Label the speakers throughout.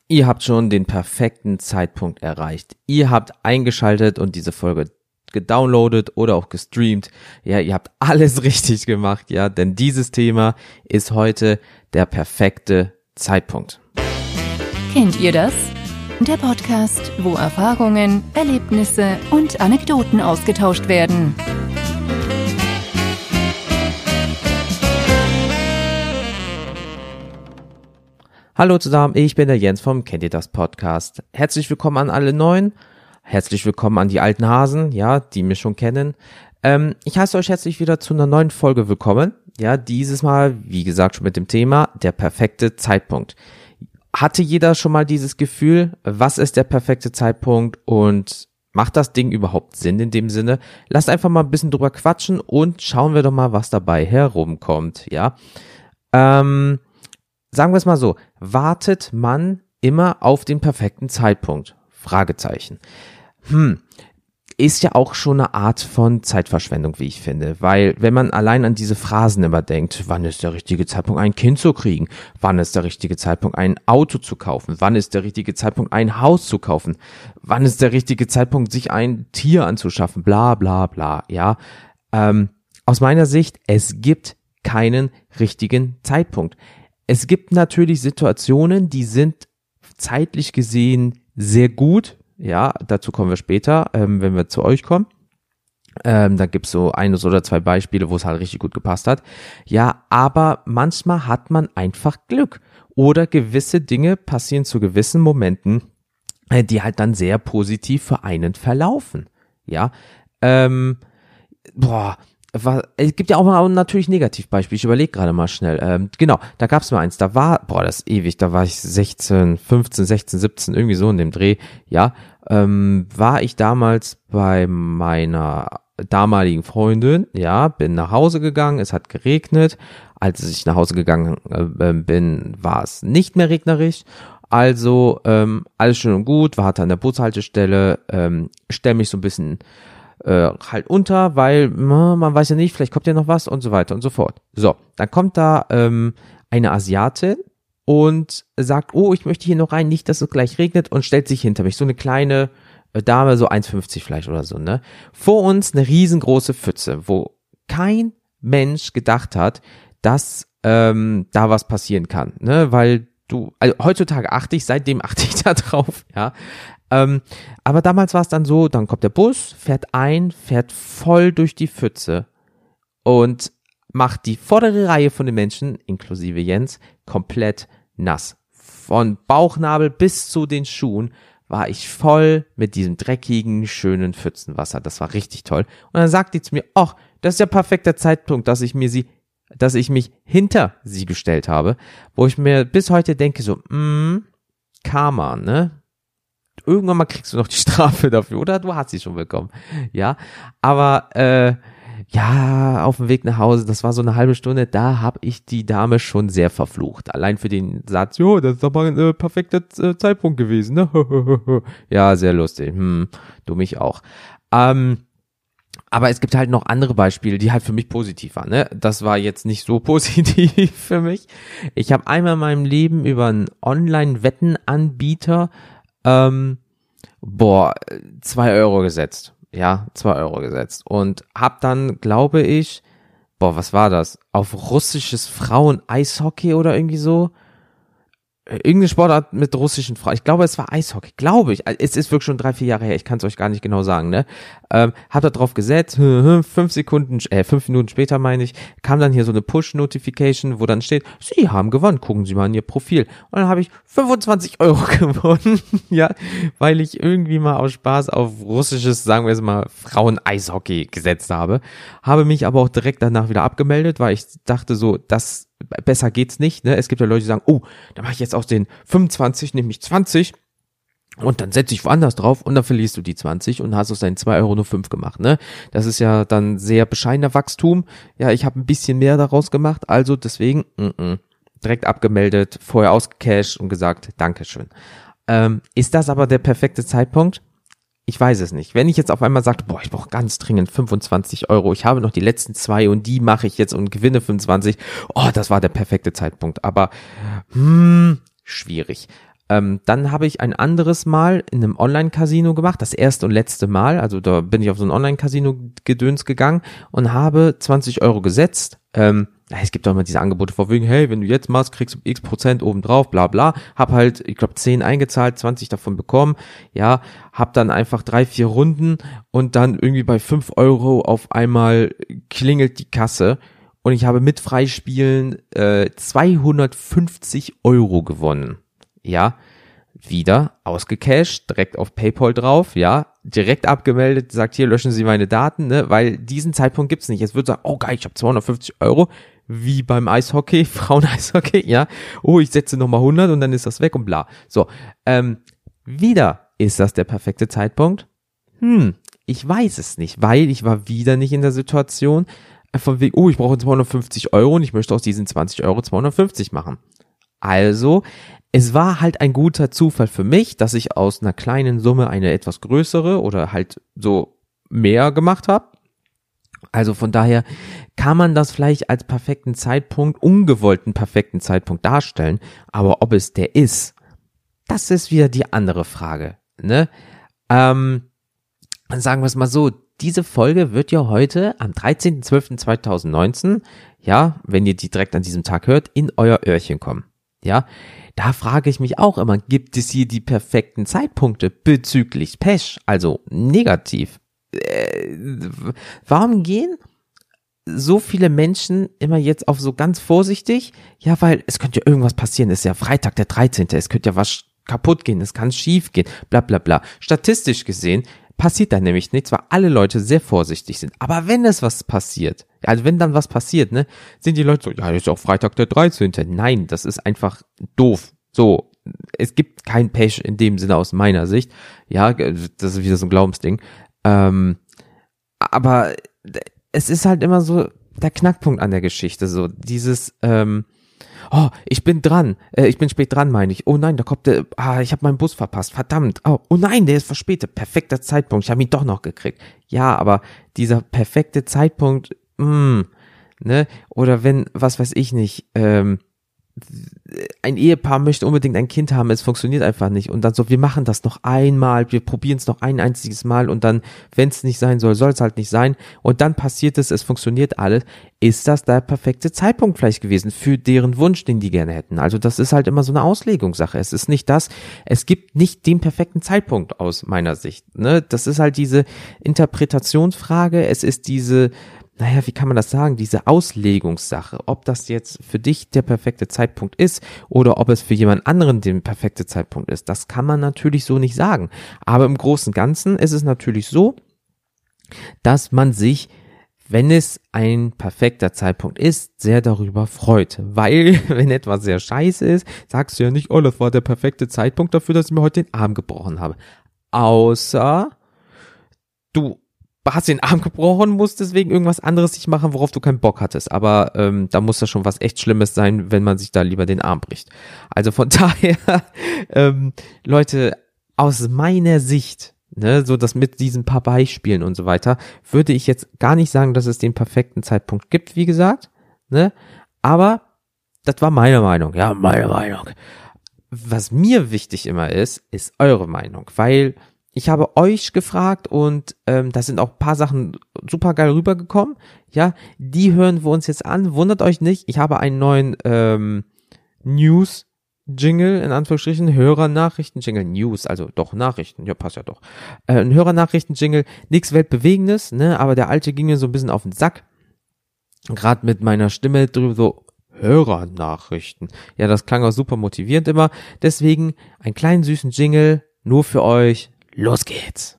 Speaker 1: Ihr habt schon den perfekten Zeitpunkt erreicht. Ihr habt eingeschaltet und diese Folge gedownloadet oder auch gestreamt. Ja, ihr habt alles richtig gemacht, ja, denn dieses Thema ist heute der perfekte Zeitpunkt.
Speaker 2: Kennt ihr das? Der Podcast, wo Erfahrungen, Erlebnisse und Anekdoten ausgetauscht werden.
Speaker 1: Hallo zusammen, ich bin der Jens vom Kennt ihr das Podcast. Herzlich willkommen an alle Neuen, herzlich willkommen an die alten Hasen, ja, die mich schon kennen. Ich heiße euch herzlich wieder zu einer neuen Folge willkommen. Ja, dieses Mal, wie gesagt, schon mit dem Thema, der perfekte Zeitpunkt. Hatte jeder schon mal dieses Gefühl, was ist der perfekte Zeitpunkt und macht das Ding überhaupt Sinn in dem Sinne? Lasst einfach mal ein bisschen drüber quatschen und schauen wir doch mal, was dabei herumkommt, ja. Sagen wir es mal so, wartet man immer auf den perfekten Zeitpunkt? Fragezeichen. Ist ja auch schon eine Art von Zeitverschwendung, wie ich finde, weil wenn man allein an diese Phrasen immer denkt, wann ist der richtige Zeitpunkt, ein Kind zu kriegen, wann ist der richtige Zeitpunkt, ein Auto zu kaufen, wann ist der richtige Zeitpunkt, ein Haus zu kaufen, wann ist der richtige Zeitpunkt, sich ein Tier anzuschaffen, bla bla bla, ja. Aus meiner Sicht, es gibt keinen richtigen Zeitpunkt. Es gibt natürlich Situationen, die sind zeitlich gesehen sehr gut. Ja, dazu kommen wir später, wenn wir zu euch kommen. Da gibt's so eines oder zwei Beispiele, wo es halt richtig gut gepasst hat. Ja, aber manchmal hat man einfach Glück. Oder gewisse Dinge passieren zu gewissen Momenten, die halt dann sehr positiv für einen verlaufen. Ja, es gibt ja auch mal natürlich Negativbeispiele, ich überlege gerade mal schnell, genau, da gab's mal eins, das ist ewig, da war ich 16, 15, 16, 17, irgendwie so in dem Dreh, ja, war ich damals bei meiner damaligen Freundin, ja, bin nach Hause gegangen, es hat geregnet, als ich nach Hause gegangen bin, war es nicht mehr regnerisch, also alles schön und gut, warte an der Bushaltestelle, stell mich so ein bisschen halt unter, weil man weiß ja nicht, vielleicht kommt ja noch was und so weiter und so fort. So, dann kommt da eine Asiatin und sagt, oh, ich möchte hier noch rein, nicht, dass es gleich regnet und stellt sich hinter mich. So eine kleine Dame, so 1,50 vielleicht oder so, ne? Vor uns eine riesengroße Pfütze, wo kein Mensch gedacht hat, dass da was passieren kann, ne? Weil also heutzutage seitdem achte ich da drauf, ja. Aber damals war es dann so, dann kommt der Bus, fährt voll durch die Pfütze und macht die vordere Reihe von den Menschen, inklusive Jens, komplett nass. Von Bauchnabel bis zu den Schuhen war ich voll mit diesem dreckigen, schönen Pfützenwasser. Das war richtig toll. Und dann sagt die zu mir, ach, das ist ja perfekter Zeitpunkt, dass ich mich hinter sie gestellt habe, wo ich mir bis heute denke, so, Karma, ne? Irgendwann mal kriegst du noch die Strafe dafür, oder? Du hast sie schon bekommen, ja. Aber ja, auf dem Weg nach Hause, das war so eine halbe Stunde, da habe ich die Dame schon sehr verflucht. Allein für den Satz, jo, das ist aber ein perfekter Zeitpunkt gewesen, ne? Ja, sehr lustig. Du mich auch. Aber es gibt halt noch andere Beispiele, die halt für mich positiv waren, ne? Das war jetzt nicht so positiv für mich. Ich habe einmal in meinem Leben über einen Online-Wettenanbieter 2 Euro gesetzt. Ja, 2 Euro gesetzt. Und hab dann, glaube ich, was war das? Auf russisches Frauen-Eishockey oder irgendwie so? Irgendeine Sportart mit russischen Frauen. Ich glaube, es war Eishockey. Glaube ich. Es ist wirklich schon 3-4 Jahre her. Ich kann es euch gar nicht genau sagen, ne? Hab da drauf gesetzt. 5 Minuten später, meine ich, kam dann hier so eine Push-Notification, wo dann steht, Sie haben gewonnen. Gucken Sie mal in Ihr Profil. Und dann habe ich 25 Euro gewonnen. Ja, weil ich irgendwie mal aus Spaß auf russisches, sagen wir es mal, Frauen-Eishockey gesetzt habe. Habe mich aber auch direkt danach wieder abgemeldet, weil ich dachte so, besser geht's nicht, ne? Es gibt ja Leute, die sagen, oh, da mache ich jetzt aus den 25, nämlich 20 und dann setze ich woanders drauf und dann verlierst du die 20 und hast aus deinen 2 Euro nur 5 gemacht, ne? Das ist ja dann sehr bescheidener Wachstum. Ja, ich habe ein bisschen mehr daraus gemacht, also deswegen direkt abgemeldet, vorher ausgecasht und gesagt, Dankeschön. Ist das aber der perfekte Zeitpunkt? Ich weiß es nicht. Wenn ich jetzt auf einmal sage, ich brauche ganz dringend 25 Euro, ich habe noch die letzten 2 und die mache ich jetzt und gewinne 25, das war der perfekte Zeitpunkt. Aber schwierig. Dann habe ich ein anderes Mal in einem Online-Casino gemacht, das erste und letzte Mal, also da bin ich auf so ein Online-Casino-Gedöns gegangen und habe 20 Euro gesetzt. Es gibt auch immer diese Angebote vor wegen, hey, wenn du jetzt machst, kriegst du x% obendrauf, bla bla. Hab halt, ich glaube 10 eingezahlt, 20 davon bekommen, ja, hab dann einfach 3-4 Runden und dann irgendwie bei 5 Euro auf einmal klingelt die Kasse und ich habe mit Freispielen 250 Euro gewonnen. Ja, wieder ausgecasht, direkt auf PayPal drauf, ja, direkt abgemeldet, sagt hier, löschen Sie meine Daten, ne, weil diesen Zeitpunkt gibt's nicht. Es wird sagen, oh geil, ich habe 250 Euro, wie beim Eishockey, Frauen-Eishockey, ja, oh, ich setze nochmal 100 und dann ist das weg und bla. So, wieder ist das der perfekte Zeitpunkt? Ich weiß es nicht, weil ich war wieder nicht in der Situation, von wegen, oh, ich brauche 250 Euro und ich möchte aus diesen 20 Euro 250 machen. Also, es war halt ein guter Zufall für mich, dass ich aus einer kleinen Summe eine etwas größere oder halt so mehr gemacht habe. Also von daher kann man das vielleicht als perfekten Zeitpunkt, ungewollten perfekten Zeitpunkt darstellen, aber ob es der ist, das ist wieder die andere Frage, ne? Sagen wir es mal so, diese Folge wird ja heute am 13.12.2019, ja, wenn ihr die direkt an diesem Tag hört, in euer Öhrchen kommen, ja? Da frage ich mich auch immer, gibt es hier die perfekten Zeitpunkte bezüglich Pech, also negativ? Warum gehen so viele Menschen immer jetzt auf so ganz vorsichtig? Ja, weil es könnte ja irgendwas passieren, es ist ja Freitag der 13., es könnte ja was kaputt gehen, es kann schief gehen, bla bla bla. Statistisch gesehen passiert da nämlich nichts, weil alle Leute sehr vorsichtig sind. Aber wenn es was passiert, also wenn dann was passiert, ne, sind die Leute so, ja, das ist auch Freitag der 13. Nein, das ist einfach doof. So, es gibt kein Pech in dem Sinne aus meiner Sicht. Ja, das ist wieder so ein Glaubensding. Aber es ist halt immer so der Knackpunkt an der Geschichte, so dieses, oh, ich bin spät dran, meine ich. Oh nein, da kommt der, ich habe meinen Bus verpasst, verdammt. Oh nein, der ist verspätet, perfekter Zeitpunkt, ich habe ihn doch noch gekriegt. Ja, aber dieser perfekte Zeitpunkt, ne, oder wenn, was weiß ich nicht, ein Ehepaar möchte unbedingt ein Kind haben, es funktioniert einfach nicht und dann so, wir machen das noch einmal, wir probieren es noch ein einziges Mal und dann, wenn es nicht sein soll, soll es halt nicht sein und dann passiert es funktioniert alles, ist das der perfekte Zeitpunkt vielleicht gewesen für deren Wunsch, den die gerne hätten. Also das ist halt immer so eine Auslegungssache, es ist nicht das, es gibt nicht den perfekten Zeitpunkt aus meiner Sicht, ne, das ist halt diese Interpretationsfrage, es ist diese, wie kann man das sagen, diese Auslegungssache, ob das jetzt für dich der perfekte Zeitpunkt ist oder ob es für jemand anderen der perfekte Zeitpunkt ist, das kann man natürlich so nicht sagen. Aber im Großen und Ganzen ist es natürlich so, dass man sich, wenn es ein perfekter Zeitpunkt ist, sehr darüber freut. Weil, wenn etwas sehr scheiße ist, sagst du ja nicht, oh, das war der perfekte Zeitpunkt dafür, dass ich mir heute den Arm gebrochen habe. Außer du hast den Arm gebrochen, musst deswegen irgendwas anderes nicht machen, worauf du keinen Bock hattest. Aber da muss das schon was echt Schlimmes sein, wenn man sich da lieber den Arm bricht. Also von daher, Leute, aus meiner Sicht, ne, so das mit diesen paar Beispielen und so weiter, würde ich jetzt gar nicht sagen, dass es den perfekten Zeitpunkt gibt, wie gesagt, ne, aber das war meine Meinung, ja, meine Meinung. Was mir wichtig immer ist eure Meinung, weil ich habe euch gefragt und da sind auch ein paar Sachen super geil rübergekommen. Ja, die hören wir uns jetzt an. Wundert euch nicht, ich habe einen neuen News-Jingle, in Anführungsstrichen, Hörernachrichten-Jingle, News, also doch Nachrichten, ja passt ja doch. Ein Hörernachrichten-Jingle, nichts Weltbewegendes, ne, aber der alte ging mir so ein bisschen auf den Sack. Gerade mit meiner Stimme drüber so, Hörernachrichten. Ja, das klang auch super motivierend immer. Deswegen einen kleinen süßen Jingle, nur für euch. Los geht's!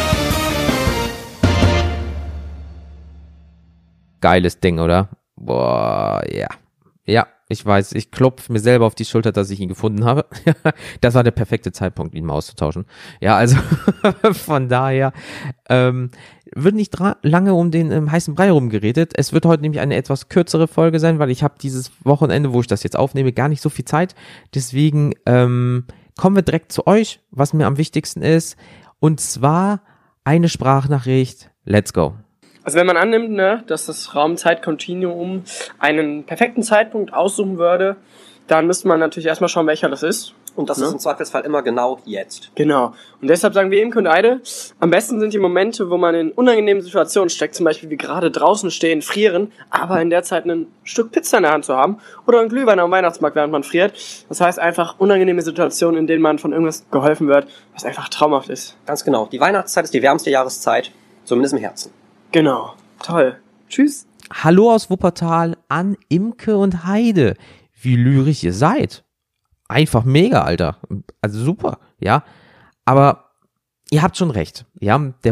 Speaker 1: Geiles Ding, oder? Boah, ja. Ja, ich weiß, ich klopfe mir selber auf die Schulter, dass ich ihn gefunden habe. Das war der perfekte Zeitpunkt, ihn mal auszutauschen. Ja, also von daher wird nicht lange um den heißen Brei rumgeredet. Es wird heute nämlich eine etwas kürzere Folge sein, weil ich habe dieses Wochenende, wo ich das jetzt aufnehme, gar nicht so viel Zeit. Deswegen kommen wir direkt zu euch, was mir am wichtigsten ist. Und zwar eine Sprachnachricht. Let's go.
Speaker 3: Also wenn man annimmt, ne, dass das Raum-Zeit-Kontinuum einen perfekten Zeitpunkt aussuchen würde, dann müsste man natürlich erstmal schauen, welcher das ist.
Speaker 4: Und das ist im Zweifelsfall immer genau jetzt.
Speaker 3: Genau. Und deshalb sagen wir Imke und Eide, am besten sind die Momente, wo man in unangenehmen Situationen steckt, zum Beispiel wie gerade draußen stehen, frieren, aber in der Zeit ein Stück Pizza in der Hand zu haben oder einen Glühwein am Weihnachtsmarkt, während man friert. Das heißt einfach unangenehme Situationen, in denen man von irgendwas geholfen wird, was einfach traumhaft ist.
Speaker 4: Ganz genau. Die Weihnachtszeit ist die wärmste Jahreszeit, zumindest im Herzen.
Speaker 3: Genau. Toll. Tschüss.
Speaker 1: Hallo aus Wuppertal an Imke und Heide. Wie lyrisch ihr seid. Einfach mega, Alter. Also super, ja. Aber ihr habt schon recht. Ja, der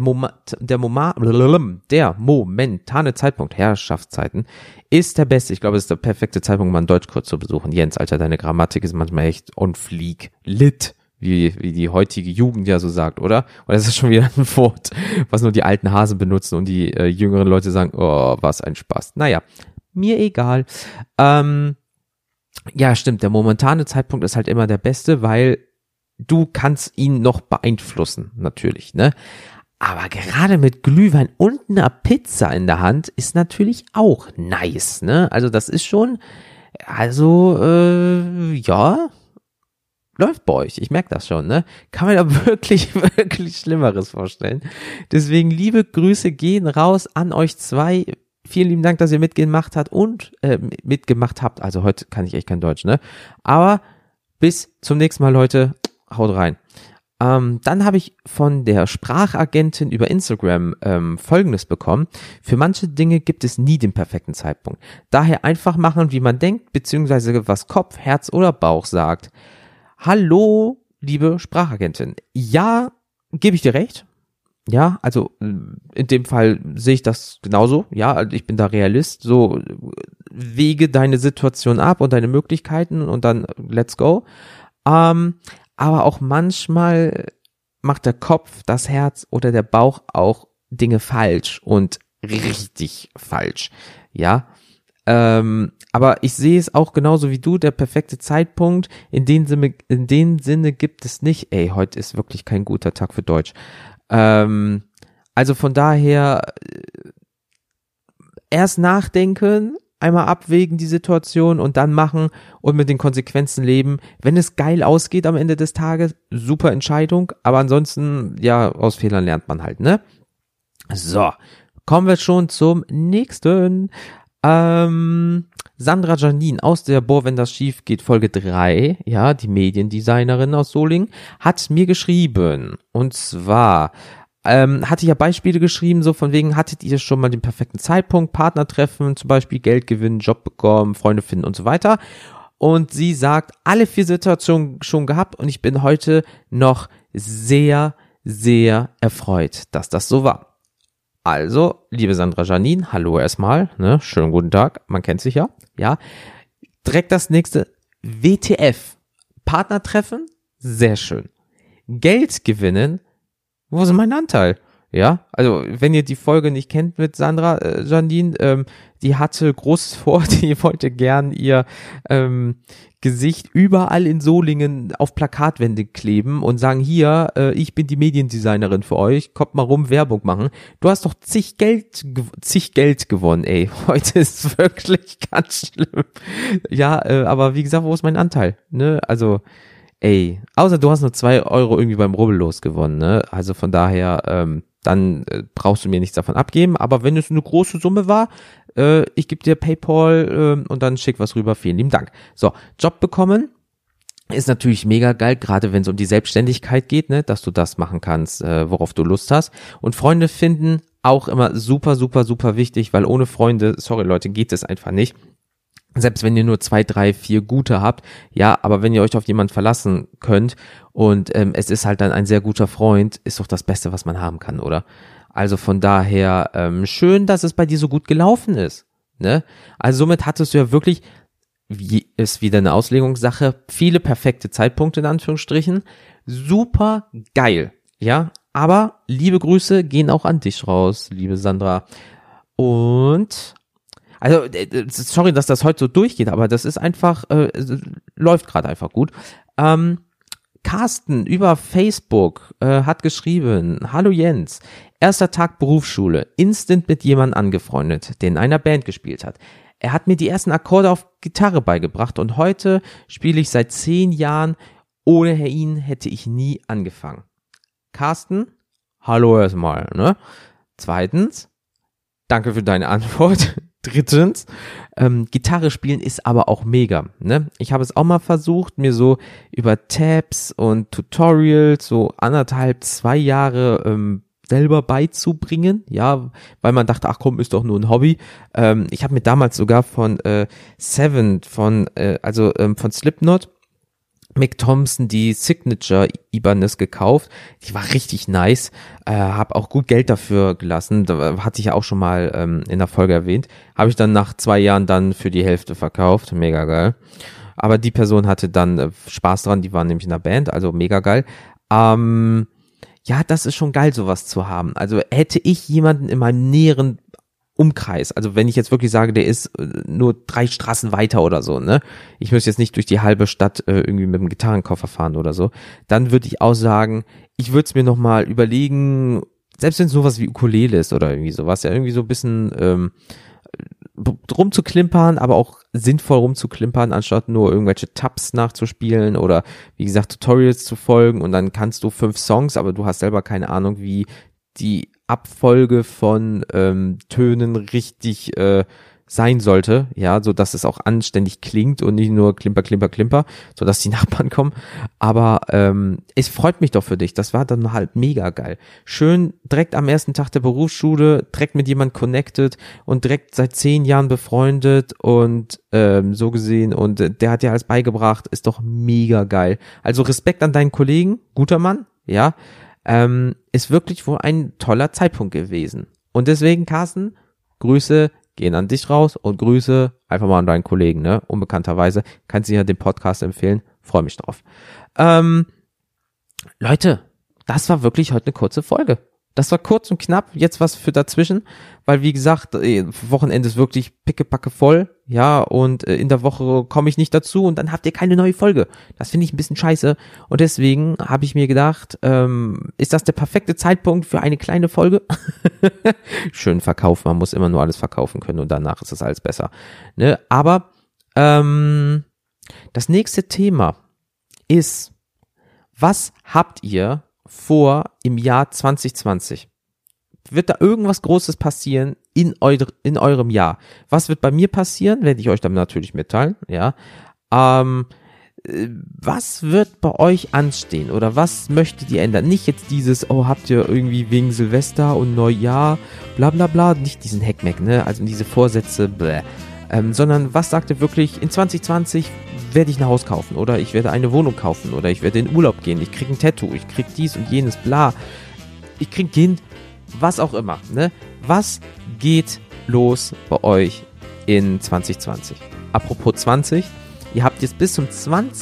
Speaker 1: momentane Zeitpunkt, Herrschaftszeiten, ist der beste. Ich glaube, es ist der perfekte Zeitpunkt, um einen Deutschkurs zu besuchen. Jens, Alter, deine Grammatik ist manchmal echt on fleek. Lit, wie die heutige Jugend ja so sagt, oder? Oder ist das schon wieder ein Wort, was nur die alten Hasen benutzen und die jüngeren Leute sagen, oh, was ein Spaß. Naja, mir egal. Ja, stimmt, der momentane Zeitpunkt ist halt immer der beste, weil du kannst ihn noch beeinflussen, natürlich, ne? Aber gerade mit Glühwein und einer Pizza in der Hand ist natürlich auch nice, ne? Also das ist schon, ja, läuft bei euch, ich merke das schon, ne? Kann man da wirklich, wirklich Schlimmeres vorstellen. Deswegen liebe Grüße gehen raus an euch zwei. Vielen lieben Dank, dass ihr mitgemacht habt. Also heute kann ich echt kein Deutsch, ne? Aber bis zum nächsten Mal, Leute. Haut rein. Dann habe ich von der Sprachagentin über Instagram Folgendes bekommen. Für manche Dinge gibt es nie den perfekten Zeitpunkt. Daher einfach machen, wie man denkt, beziehungsweise was Kopf, Herz oder Bauch sagt. Hallo, liebe Sprachagentin. Ja, gebe ich dir recht. Ja, also in dem Fall sehe ich das genauso. Ja, also ich bin da Realist. So, wege deine Situation ab und deine Möglichkeiten und dann let's go. Aber auch manchmal macht der Kopf, das Herz oder der Bauch auch Dinge falsch und richtig falsch. Ja, aber ich sehe es auch genauso wie du, der perfekte Zeitpunkt. In dem Sinne gibt es nicht, ey, heute ist wirklich kein guter Tag für Deutsch. Also von daher erst nachdenken, einmal abwägen die Situation und dann machen und mit den Konsequenzen leben. Wenn es geil ausgeht am Ende des Tages, super Entscheidung, aber ansonsten, ja, aus Fehlern lernt man halt, ne? So, kommen wir schon zum nächsten. Sandra Janine aus der Boah, wenn das schief geht, Folge 3, ja, die Mediendesignerin aus Solingen, hat mir geschrieben, und zwar hatte ja Beispiele geschrieben, so von wegen, hattet ihr schon mal den perfekten Zeitpunkt, Partner treffen, zum Beispiel Geld gewinnen, Job bekommen, Freunde finden und so weiter. Und sie sagt, alle 4 Situationen schon gehabt und ich bin heute noch sehr, sehr erfreut, dass das so war. Also, liebe Sandra Janine, hallo erstmal, ne, schönen guten Tag, man kennt sich ja, Direkt das nächste, WTF, Partner treffen, sehr schön. Geld gewinnen, wo ist mein Anteil? Ja, also wenn ihr die Folge nicht kennt mit Sandra Janine, die hatte Großes vor, die wollte gern ihr Gesicht überall in Solingen auf Plakatwände kleben und sagen, hier, ich bin die Mediendesignerin für euch, kommt mal rum, Werbung machen. Du hast doch zig Geld gewonnen, ey. Heute ist es wirklich ganz schlimm. Ja, aber wie gesagt, wo ist mein Anteil? Ne, also, ey, außer du hast nur 2 Euro irgendwie beim Rubbellos gewonnen, ne? Also von daher, dann brauchst du mir nichts davon abgeben. Aber wenn es eine große Summe war, ich gebe dir PayPal und dann schick was rüber. Vielen lieben Dank. So, Job bekommen ist natürlich mega geil, gerade wenn es um die Selbstständigkeit geht, ne, dass du das machen kannst, worauf du Lust hast. Und Freunde finden auch immer super, super, super wichtig, weil ohne Freunde, sorry Leute, geht es einfach nicht. Selbst wenn ihr nur 2, 3, 4 gute habt, ja, aber wenn ihr euch auf jemanden verlassen könnt und es ist halt dann ein sehr guter Freund, ist doch das Beste, was man haben kann, oder? Also von daher schön, dass es bei dir so gut gelaufen ist, ne? Also somit hattest du ja wirklich, wie ist wieder eine Auslegungssache, viele perfekte Zeitpunkte in Anführungsstrichen, super geil, ja? Aber liebe Grüße gehen auch an dich raus, liebe Sandra. Und also, sorry, dass das heute so durchgeht, aber das ist einfach, läuft gerade einfach gut. Carsten über Facebook hat geschrieben, hallo Jens, erster Tag Berufsschule, instant mit jemandem angefreundet, der in einer Band gespielt hat. Er hat mir die ersten Akkorde auf Gitarre beigebracht und heute spiele ich seit 10 Jahren ohne ihn hätte ich nie angefangen. Carsten, hallo erstmal, ne? Zweitens, danke für deine Antwort. Drittens, Gitarre spielen ist aber auch mega, ne? Ich habe es auch mal versucht, mir so über Tabs und Tutorials so 1,5-2 Jahre selber beizubringen, ja, weil man dachte, ach komm, ist doch nur ein Hobby. Ich habe mir damals sogar von Seven, von Slipknot, Mick Thompson die Signature Ibanez gekauft, die war richtig nice, habe auch gut Geld dafür gelassen, da hatte ich ja auch schon mal in der Folge erwähnt, habe ich dann nach 2 Jahren dann für die Hälfte verkauft, mega geil, aber die Person hatte dann Spaß dran, die waren nämlich in der Band, also mega geil. Ja, das ist schon geil, sowas zu haben, also hätte ich jemanden in meinem näheren Umkreis, also wenn ich jetzt wirklich sage, der ist nur 3 Straßen weiter oder so, ne, ich muss jetzt nicht durch die halbe Stadt irgendwie mit dem Gitarrenkoffer fahren oder so, dann würde ich auch sagen, ich würde es mir nochmal überlegen, selbst wenn es nur was wie Ukulele ist oder irgendwie sowas, ja, irgendwie so ein bisschen rumzuklimpern, aber auch sinnvoll rumzuklimpern, anstatt nur irgendwelche Tabs nachzuspielen oder wie gesagt Tutorials zu folgen und dann kannst du 5 Songs, aber du hast selber keine Ahnung, wie die Abfolge von Tönen richtig sein sollte, ja, so dass es auch anständig klingt und nicht nur Klimper, Klimper, Klimper, so dass die Nachbarn kommen, aber es freut mich doch für dich, das war dann halt mega geil. Schön direkt am ersten Tag der Berufsschule, direkt mit jemand connected und direkt seit 10 Jahren befreundet und so gesehen und der hat dir alles beigebracht, ist doch mega geil. Also Respekt an deinen Kollegen, guter Mann, ja, ist wirklich wohl ein toller Zeitpunkt gewesen. Und deswegen, Carsten, Grüße gehen an dich raus und Grüße einfach mal an deinen Kollegen, ne? Unbekannterweise kannst du ja den Podcast empfehlen. Freue mich drauf. Leute, das war wirklich heute eine kurze Folge. Das war kurz und knapp, jetzt was für dazwischen, weil wie gesagt, Wochenende ist wirklich pickepacke voll, ja, und in der Woche komme ich nicht dazu und dann habt ihr keine neue Folge. Das finde ich ein bisschen scheiße und deswegen habe ich mir gedacht, ist das der perfekte Zeitpunkt für eine kleine Folge? Schön verkaufen, man muss immer nur alles verkaufen können und danach ist das alles besser, ne? Aber das nächste Thema ist, was habt ihr vor im Jahr 2020? Wird da irgendwas Großes passieren in eurem Jahr? Was wird bei mir passieren? Werde ich euch dann natürlich mitteilen, ja. Was wird bei euch anstehen oder was möchtet ihr ändern? Nicht jetzt dieses, oh, habt ihr irgendwie wegen Silvester und Neujahr, bla bla bla, nicht diesen Heckmeck, ne, also diese Vorsätze, bläh. Sondern was sagt ihr wirklich, in 2020 werde ich ein Haus kaufen oder ich werde eine Wohnung kaufen oder ich werde in Urlaub gehen, ich kriege ein Tattoo, ich kriege dies und jenes, bla, ich kriege Kind, was auch immer, ne? Was geht los bei euch in 2020? Apropos 20, ihr habt jetzt bis zum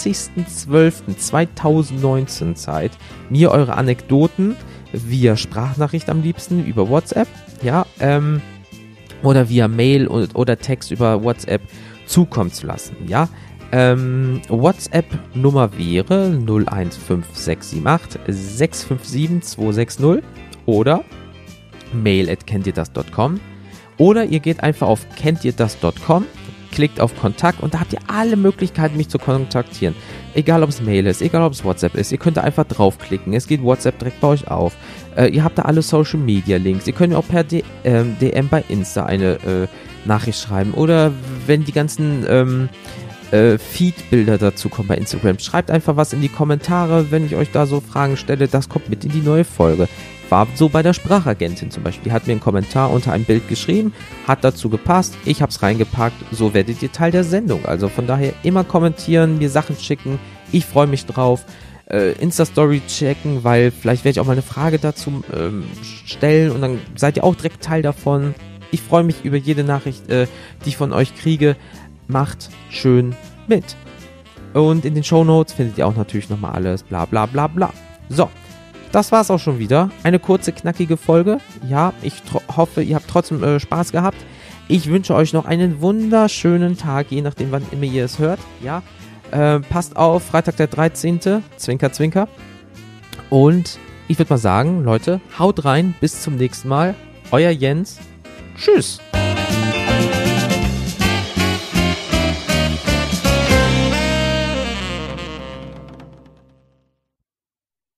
Speaker 1: 20.12.2019 Zeit, mir eure Anekdoten via Sprachnachricht am liebsten über WhatsApp, ja, oder via Mail oder Text über WhatsApp zukommen zu lassen, ja. WhatsApp-Nummer wäre 015678 657 260 oder mail@kenntierdas.com oder ihr geht einfach auf kenntierdas.com, klickt auf Kontakt und da habt ihr alle Möglichkeiten, mich zu kontaktieren. Egal, ob es Mail ist, egal, ob es WhatsApp ist. Ihr könnt da einfach draufklicken. Es geht WhatsApp direkt bei euch auf. Ihr habt da alle Social Media Links. Ihr könnt auch per DM bei Insta eine Nachricht schreiben. Oder wenn die ganzen Feed-Bilder dazu kommen bei Instagram, schreibt einfach was in die Kommentare, wenn ich euch da so Fragen stelle. Das kommt mit in die neue Folge. War so bei der Sprachagentin zum Beispiel. Die hat mir einen Kommentar unter ein Bild geschrieben, hat dazu gepasst, ich hab's reingepackt, so werdet ihr Teil der Sendung. Also von daher immer kommentieren, mir Sachen schicken, ich freue mich drauf. Insta-Story checken, weil vielleicht werde ich auch mal eine Frage dazu stellen und dann seid ihr auch direkt Teil davon. Ich freue mich über jede Nachricht, die ich von euch kriege. Macht schön mit. Und in den Shownotes findet ihr auch natürlich nochmal alles, bla bla bla bla. So. Das war's auch schon wieder. Eine kurze, knackige Folge. Ja, ich hoffe, ihr habt trotzdem Spaß gehabt. Ich wünsche euch noch einen wunderschönen Tag, je nachdem, wann immer ihr es hört. Ja, passt auf, Freitag der 13. Zwinker, zwinker. Und ich würde mal sagen, Leute, haut rein. Bis zum nächsten Mal. Euer Jens. Tschüss.